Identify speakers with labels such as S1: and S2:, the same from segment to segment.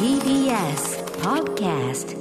S1: TBS Podcast。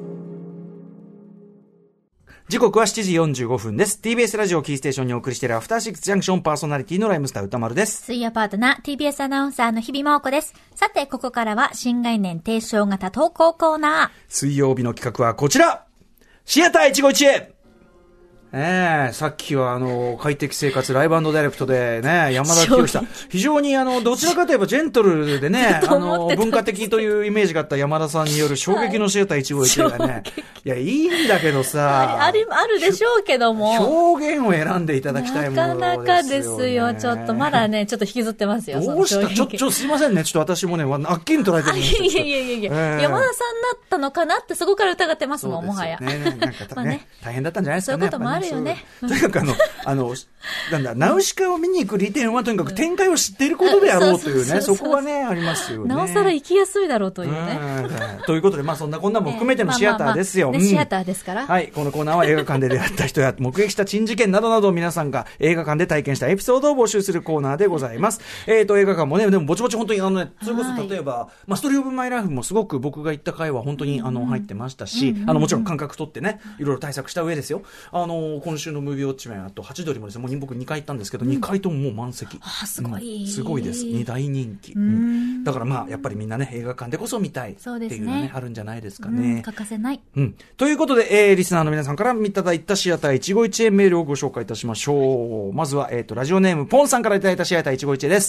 S2: 時刻は7時45分です。 TBS ラジオキーステーションにお送りしているアフターシックスジャンクション、パーソナリティのライムスター歌丸です。
S3: 水曜パートナー TBS アナウンサーの日々真央子です。さてここからは新概念提唱型投稿コーナー。
S2: 水曜日の企画はこちら、シアター一期一会。さっきは快適生活ライブ&ダイレクトでね、山田清さん、非常にどちらかといえばジェントルでね、文化的というイメージがあった山田さんによる衝撃のシアター一期一会がね、いや、いいんだけどさ、
S3: あるでしょうけども、
S2: 表現を選んでいただきたいものですよね。
S3: なかなかですよ、ちょっとまだね、ちょっと引きずってますよ。
S2: どうしたちょすいませんね、ちょっと私もね、あっきり捉えてるんですけど。
S3: いや、山田さんだったのかなってそこから疑ってますもん、もはや。
S2: なんかね、大変だったんじゃないですかね。
S3: そういうこともあるよね。
S2: とにかくなんだ、ナウシカを見に行く利点はとにかく展開を知っていることであろうというね、そこはね、ありますよね。
S3: なおさら行きやすいだろうというね。
S2: ということで、まあそんなこんなも含めてのシアターですよ。
S3: シアターですから。
S2: はい、このコーナーは映画館で出会った人や目撃した珍事件などなど皆さんが映画館で体験したエピソードを募集するコーナーでございます。映画館もね、でもぼちぼち本当にそれこそ例えば、ストーリーオブマイライフもすごく僕が行った回は本当に入ってましたし、もちろん間隔取ってね、いろいろ対策した上ですよ。今週のムービーウォッチメン、あとハチドリもですね、もう僕2回行ったんですけど、2回とももう満席。
S3: すごい。
S2: すごいです。大人気。だからまあ、やっぱりみんなね、映画館でこそ見たいっていうのはね、あるんじゃないですかね。
S3: 欠かせない。
S2: ということで、リスナーの皆さんからいただいたシアター一期一会メールをご紹介いたしましょう。まずは、ラジオネームポンさんからいただいたシアター一期一会です。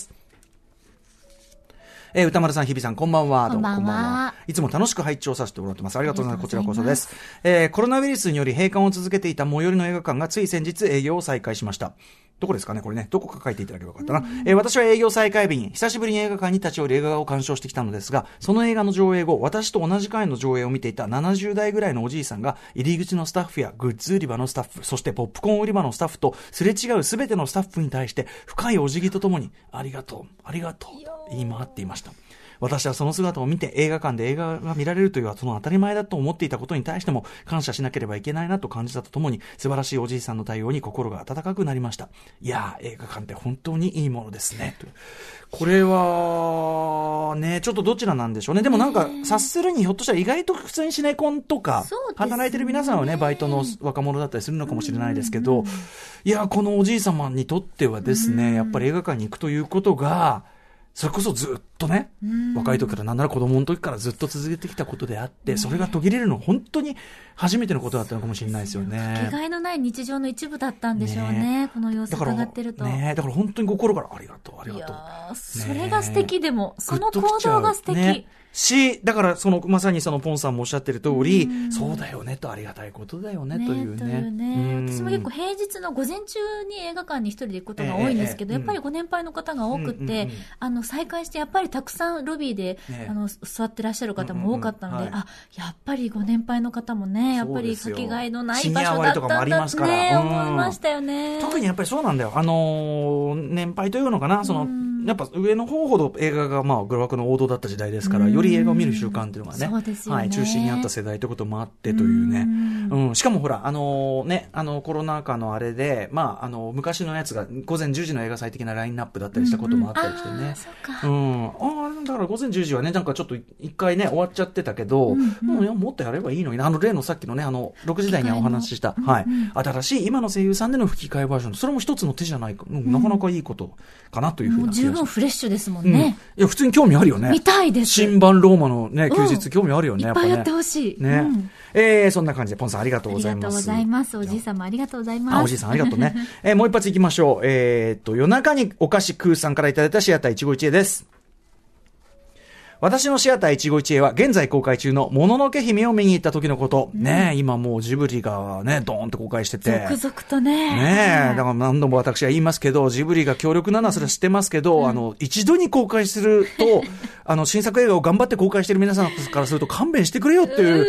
S2: 歌丸さん、日比さん、こんばんは。
S3: こんばんは。
S2: いつも楽しく拝聴させてもらってます。ありがとうございます。こちらこそです。コロナウイルスにより閉館を続けていた最寄りの映画館がつい先日営業を再開しました。どこですかねこれね。どこか書いていただければよかったな。私は営業再開日に久しぶりに映画館に立ち寄り映画を鑑賞してきたのですが、その映画の上映後、私と同じ回の上映を見ていた70代ぐらいのおじいさんが、入り口のスタッフやグッズ売り場のスタッフ、そしてポップコーン売り場のスタッフとすれ違うすべてのスタッフに対して深いお辞儀とともに、ありがとう、ありがとうと言い回っていました。私はその姿を見て映画館で映画が見られるというその当たり前だと思っていたことに対しても感謝しなければいけないなと感じたとともに、素晴らしいおじいさんの対応に心が温かくなりました。いやー、映画館って本当にいいものですね。これはね、ちょっとどちらなんでしょうね。でもなんか察するにひょっとしたら意外と普通にシネコンとか働いてる皆さんはね、バイトの若者だったりするのかもしれないですけど、いや、このおじい様にとってはですね、やっぱり映画館に行くということがそれこそずっとね、若い時からなんなら子供の時からずっと続けてきたことであって、それが途切れるのは本当に初めてのことだったのかもしれないですよね。
S3: かけがえのない日常の一部だったんでしょうね。この様子を伺ってると。
S2: だから本当に心からありがとう、ありがとう。
S3: いや、それが素敵でも、その行動が素敵。
S2: だからまさにそのポンさんもおっしゃってる通り、そうだよねと、ありがたいことだよねというね。
S3: 私も結構平日の午前中に映画館に一人で行くことが多いんですけど、やっぱりご年配の方が多くて、再開してやっぱりたくさんロビーで、座ってらっしゃる方も多かったので、やっぱりご年配の方もね、やっぱりかけがえのない場所だったんだってね、思いましたよね。
S2: 特にやっぱりそうなんだよ。年配というのかな、やっぱ上の方ほど映画が娯楽の王道だった時代ですから、より映画を見る習慣っていうのがね、中心にあった世代ということもあってというね。しかもほら、コロナ禍のあれで、昔のやつが午前10時の映画祭的なラインナップだったりしたこともあったりしてね。だから午前10時はね、なんかちょっと一回ね、終わっちゃってたけど、もっとやればいいのにな。例のさっきのね、6時台にお話しした、新しい今の声優さんでの吹き替えバージョン、それも一つの手じゃないか、なかなかいいことかなというふうな気がします。
S3: 十分フレッシュですもんね。
S2: いや、普通に興味あるよね。
S3: 見たいです。
S2: 新版ローマのね、休日興味あるよね。
S3: いっぱいやってほしい。
S2: ね。そんな感じで、ポンさんありがとうございます。
S3: ありがとうございます。おじいさんもありがとうございます。
S2: おじいさんありがとうね。もう一発行きましょう。夜中にお菓子食うさんからいただいたシアター一期一会です。私のシアター一期一会は現在公開中のもののけ姫を見に行った時のこと。ねえ、今もうジブリがね、ドーンと公開してて。
S3: 続々とね。
S2: ねえ、だから何度も私は言いますけど、ジブリが強力なのはそれは知ってますけど、一度に公開すると、新作映画を頑張って公開してる皆さんからすると勘弁してくれよっていう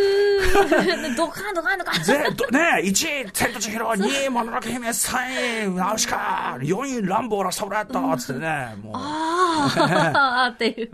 S3: ドカンドカンドカン。
S2: ねえ、1位、千と千尋、2位、もののけ姫、3位、ナウシカ、4位、ランボーラ、サブラット、つってね、もう。
S3: あーっていう。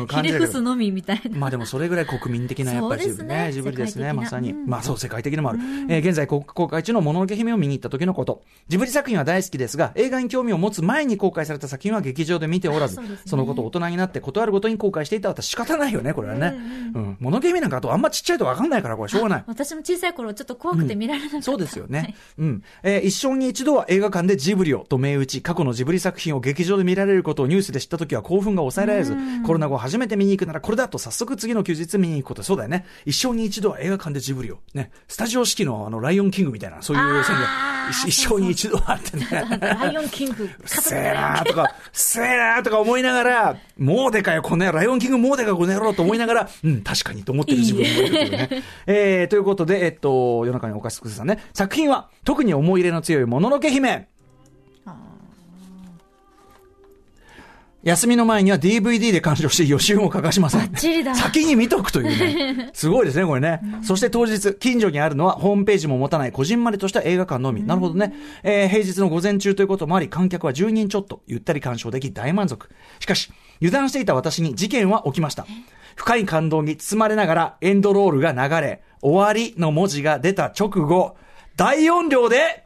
S3: ひれ伏すのみみたいな。
S2: まあでもそれぐらい国民的なやっぱりジブリですね、まさに。まあそう、世界的でもある。現在公開中のもののけ姫を見に行った時のこと。ジブリ作品は大好きですが、映画に興味を持つ前に公開された作品は劇場で見ておらず、そのことを大人になってことあるごとに公開していた私仕方ないよね、これはね。もののけ姫なんかあとあんまちっちゃいと分かんないから、これしょうがない。
S3: 私も小さい頃ちょっと怖くて見られなかった。
S2: そうですよね。一生に一度は映画館でジブリをと銘打ち、過去のジブリ作品を劇場で見られることをニュースで知った時は興奮が抑えられず、コロナ後初めて見に行くならこれだと早速次の休日見に行くこと。そうだよね。一生に一度は映画館でジブリをね、スタジオ式のライオンキングみたいなそういう宣言、一生に一度はってね。
S3: ライオンキング。
S2: せーなーとか思いながら、もうでかよこの野郎、ライオンキングもうでかよこの野郎と思いながら、確かにと思ってる自分もいるけどね。ということで夜中におかしくさんね、作品は特に思い入れの強いもののけ姫。休みの前には DVD で鑑賞し予習も欠かしません。先に見とくというね。すごいですね、これね。そして当日、近所にあるのはホームページも持たないこじんまりとした映画館のみ。なるほどね。平日の午前中ということもあり、観客は10人ちょっと、ゆったり鑑賞でき大満足。しかし、油断していた私に事件は起きました。深い感動に包まれながらエンドロールが流れ、終わりの文字が出た直後、大音量で、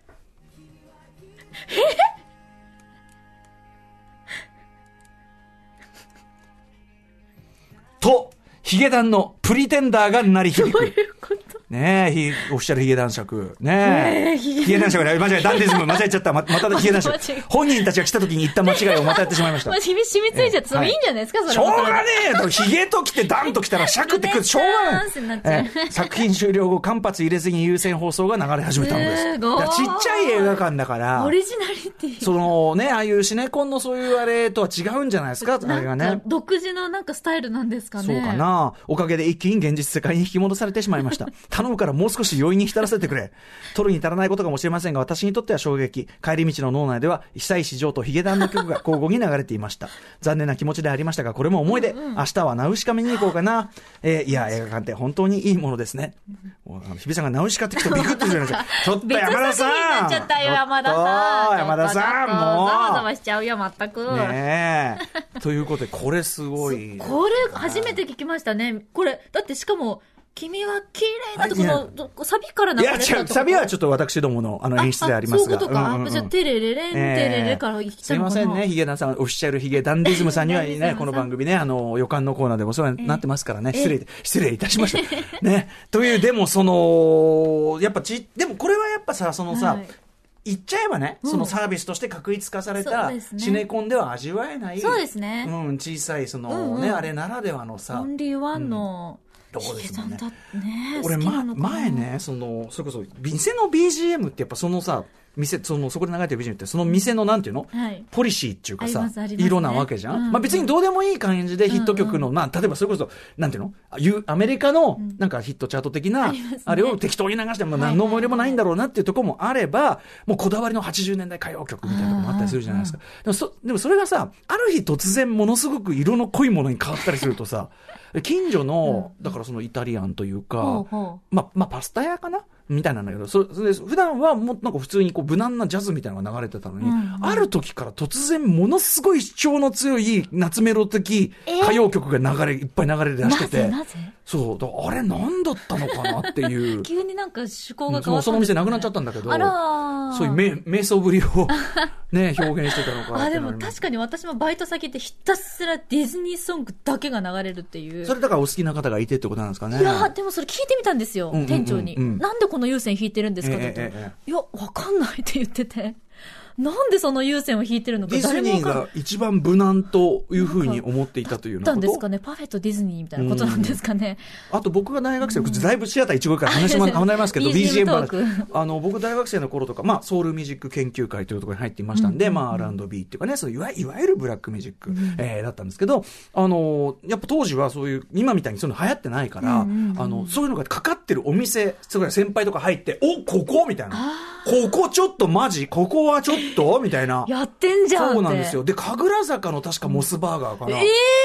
S2: と、ヒゲダンのプリテンダーが鳴り響く。
S3: どういうこと？
S2: ねえ、オフィシャルヒゲ男爵。ねえ。ヒゲ男爵ね、間違え、ダンディズム間違えちゃった。またヒゲ男爵。本人たちが来た時に言った間違いをまたやってしまいました。
S3: 染みついちゃって、それいいんじゃないですか、それ。
S2: しょうがねえと、ヒゲと来てダンと来たら尺ってくる。しょうがない。作品終了後、間髪入れずに優先放送が流れ始めたのです。ちっちゃい映画館だから。
S3: オリジナリティ。
S2: そのね、ああいうシネコンのそういうあれとは違うんじゃないですか、あれがね。
S3: 独自のなんかスタイルなんですかね。
S2: そうかな。おかげで一気に現実世界に引き戻されてしまいました。頼むからもう少し余韻に浸らせてくれ。取るに足らないことかもしれませんが、私にとっては衝撃。帰り道の脳内では久石譲とヒゲダンの曲が交互に流れていました。残念な気持ちでありましたが、これも思い出。明日はナウシカ見に行こうかな。いや、映画館って本当にいいものですね。日比さんがナウシカって聞くとビクッとするんですよ。ちょっと山田さん。
S3: 別作品になっちゃったよ、山田さん。
S2: 山田さん、もう。
S3: ざわざわしちゃうよ、全く。
S2: ねえ。ということで、これすごい。
S3: これ初めて聞きましたね。これ、だってしかも、君は綺麗だとこのサビから流れたとか。いや、
S2: サビはちょっと私どもの演出でありますが。
S3: そういうことか。じゃあ、テレレレン、テレレから来たのかな。
S2: すいませんね、ヒゲダンさん、オフィシャルヒゲダンディズムさんにはね、この番組ね、予感のコーナーでもそうなってますからね。失礼いたしました。ね。という、でもやっぱでもこれはやっぱさ、言っちゃえばね、そのサービスとして確立化されたシネコンでは味わえない。
S3: そうですね。
S2: 小さい、あれならではのさ。
S3: オンリーワンの。
S2: そうですもんね。俺、前ね、それこそ、店の BGM ってやっぱそこで流れてる BGM って、その店のなんていうの、ポリシーっていうかさ、色なわけじゃん。まあ別にどうでもいい感じでヒット曲の、まあ例えばそれこそ、なんていうのアメリカのなんかヒットチャート的な、あれを適当に流しても何の思い入れもないんだろうなっていうところもあれば、もうこだわりの80年代歌謡曲みたいなのもあったりするじゃないですか。でもそれがさ、ある日突然ものすごく色の濃いものに変わったりするとさ、近所の、だからそのイタリアンというか、まあパスタ屋かなみたいなんだけど、それ普段はもうなんか普通に無難なジャズみたいなのが流れてたのに、ある時から突然ものすごい主張の強い夏メロ的歌謡曲がいっぱい流れ出してて、
S3: なぜ
S2: そうだ、あれ何だったのかなっていう
S3: 急になんか趣向が変わった、
S2: その店なくなっちゃったんだけど、そういう瞑想ぶりをね表現してたのか
S3: でも確かに私もバイト先ってひたすらディズニーソングだけが流れるっていう。
S2: それだからお好きな方がいてってことなんですかね。
S3: いやでもそれ聞いてみたんですよ、店長に、なんでこの有線弾いてるんですかって言って、いやわかんないって言ってて、なんでその有線を弾いてるのか誰も分かんない。ディズニーが
S2: 一番無難というふうに思っていたというようなこと。
S3: なんですかね、パーフェクトディズニーみたいなことなんですかね。
S2: あと僕が大学生、だいぶシアター一号から離れますけど、BGM 話。僕大学生の頃とか、まあソウルミュージック研究会というところに入っていましたんで、まあ R&B っていうかね、いわゆるブラックミュージック、だったんですけど、やっぱ当時はそういう、今みたいにそういうの流行ってないから、そういうのがかかってるお店、それから先輩とか入って、ここみたいな。ここちょっとマジここはちょっとみたいな。
S3: やってんじゃんって。
S2: そうなんですよ。で、神楽坂の確かモスバーガーかな。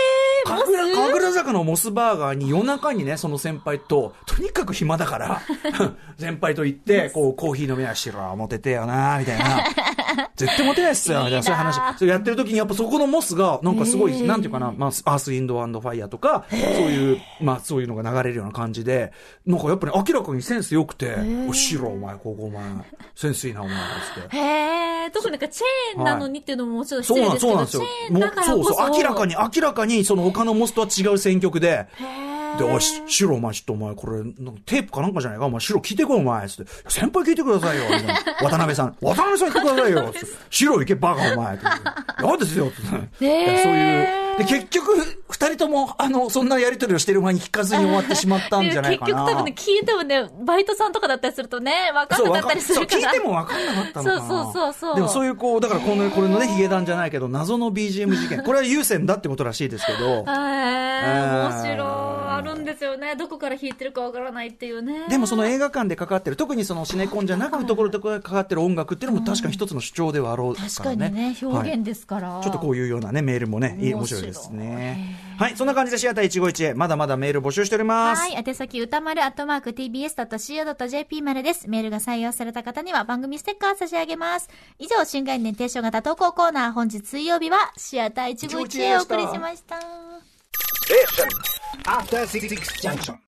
S2: 神楽坂のモスバーガーに夜中にね、その先輩と、とにかく暇だから、先輩と行って、こう、コーヒー飲みなしろ、モテてよな、みたいな。絶対モテないっすよ、みたいな、そういう話。それやってる時に、やっぱそこのモスが、なんかすごい、なんていうかな、まあ、アース、インド&ファイヤーとか、そういう、まあ、そういうのが流れるような感じで、なんかやっぱり明らかにセンス良くて、おしろ、お前、ここお前、センスいいな、お前、つって。
S3: 特になんかチェーンなのにっていうのももちろん失礼ですけど、チェーンだからこそ。
S2: そう、明らかに、その他のモスとは違う選曲で、で、おい、シロ、お前、ちょっとお前、これ、テープかなんかじゃないかお前、シロ聞いてこい、お前、つって。先輩聞いてくださいよ、みたいな。渡辺さん言ってくださいよ、つって。シロ行け、バカ、お前、つって。嫌ですよ、つって。そういう。で、結局、二人とも、そんなやりとりをしてる前に聞かずに終わってしまったんじゃないかな。
S3: 結局多分ね、聞いてもね、バイトさんとかだったりするとね、分かんなかったりするから。
S2: そう、聞いても分かんなかったのかな。
S3: そう。
S2: でもそういう、こう、だからこれのね、ヒゲダンじゃないけど、謎の BGM 事件。これは優先だってことらしいですけど。
S3: 面白い。あるんですよね。どこから弾いてるかわからないっていうね。
S2: でもその映画館でかかってる、特にそのシネコンじゃなくところでかかってる音楽っていうのも確かに一つの主張ではあろうからね。
S3: 確かにね、表現ですから、
S2: はい。ちょっとこういうようなね、メールもね、面白いですね。はい、そんな感じでシアター151へ、まだまだメール募集しております。
S3: はい、宛先歌丸@tbs.co.jp までです。メールが採用された方には番組ステッカー差し上げます。以上、新概念提唱型投稿コーナー、本日水曜日はシアター151へお送りしました。
S1: After 66 junction.